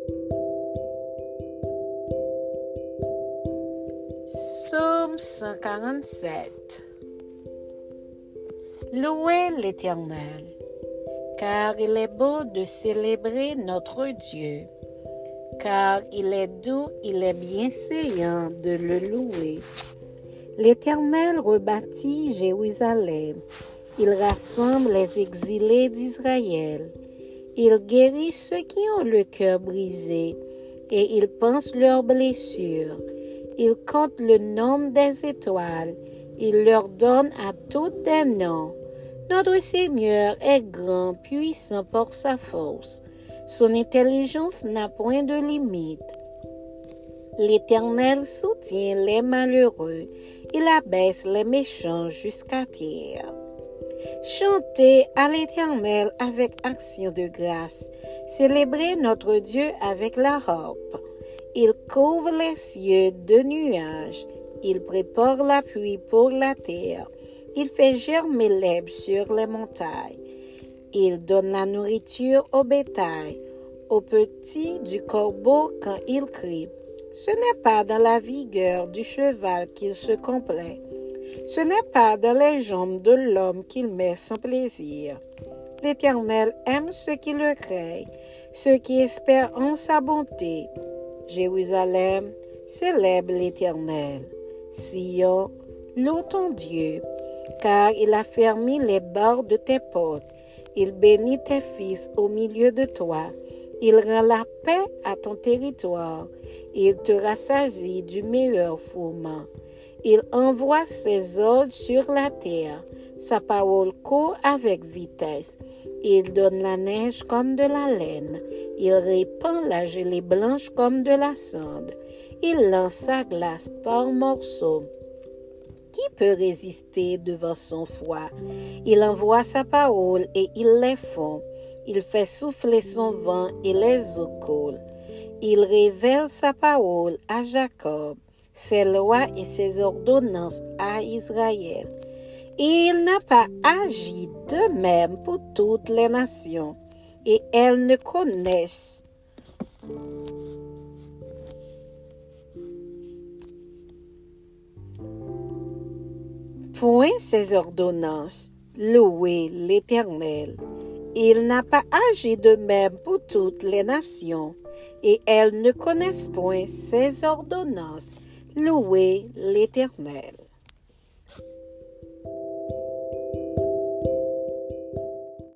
Psaume 147. Louez l'Éternel, car il est beau de célébrer notre Dieu, car il est doux, il est bienséant de le louer. L'Éternel rebâtit Jérusalem, il rassemble les exilés d'Israël. Il guérit ceux qui ont le cœur brisé et il pense leurs blessures. Il compte le nombre des étoiles, il leur donne à toutes des noms. Notre Seigneur est grand, puissant par sa force. Son intelligence n'a point de limite. L'Éternel soutient les malheureux, il abaisse les méchants jusqu'à terre. Chantez à l'Éternel avec action de grâce. Célébrez notre Dieu avec la harpe. Il couvre les cieux de nuages. Il prépare la pluie pour la terre. Il fait germer l'herbe sur les montagnes. Il donne la nourriture au bétail, aux petits du corbeau quand il crie. Ce n'est pas dans la vigueur du cheval qu'il se complaît. Ce n'est pas dans les jambes de l'homme qu'il met son plaisir. L'Éternel aime ceux qui le craignent, ceux qui espèrent en sa bonté. Jérusalem, célèbre l'Éternel. Sion, loue ton Dieu, car il a fermé les barres de tes portes. Il bénit tes fils au milieu de toi. Il rend la paix à ton territoire. Il te rassasie du meilleur fourment. Il envoie ses ordres sur la terre. Sa parole court avec vitesse. Il donne la neige comme de la laine. Il répand la gelée blanche comme de la cendre. Il lance sa glace par morceaux. Qui peut résister devant son froid? Il envoie sa parole et il les fond. Il fait souffler son vent et les eaux coulent. Il révèle sa parole à Jacob, ses lois et ses ordonnances à Israël. Et il n'a pas agi de même pour toutes les nations, et elles ne connaissent point ses ordonnances. Louez l'Éternel. Il n'a pas agi de même pour toutes les nations, et elles ne connaissent point ses ordonnances. Louez l'Éternel.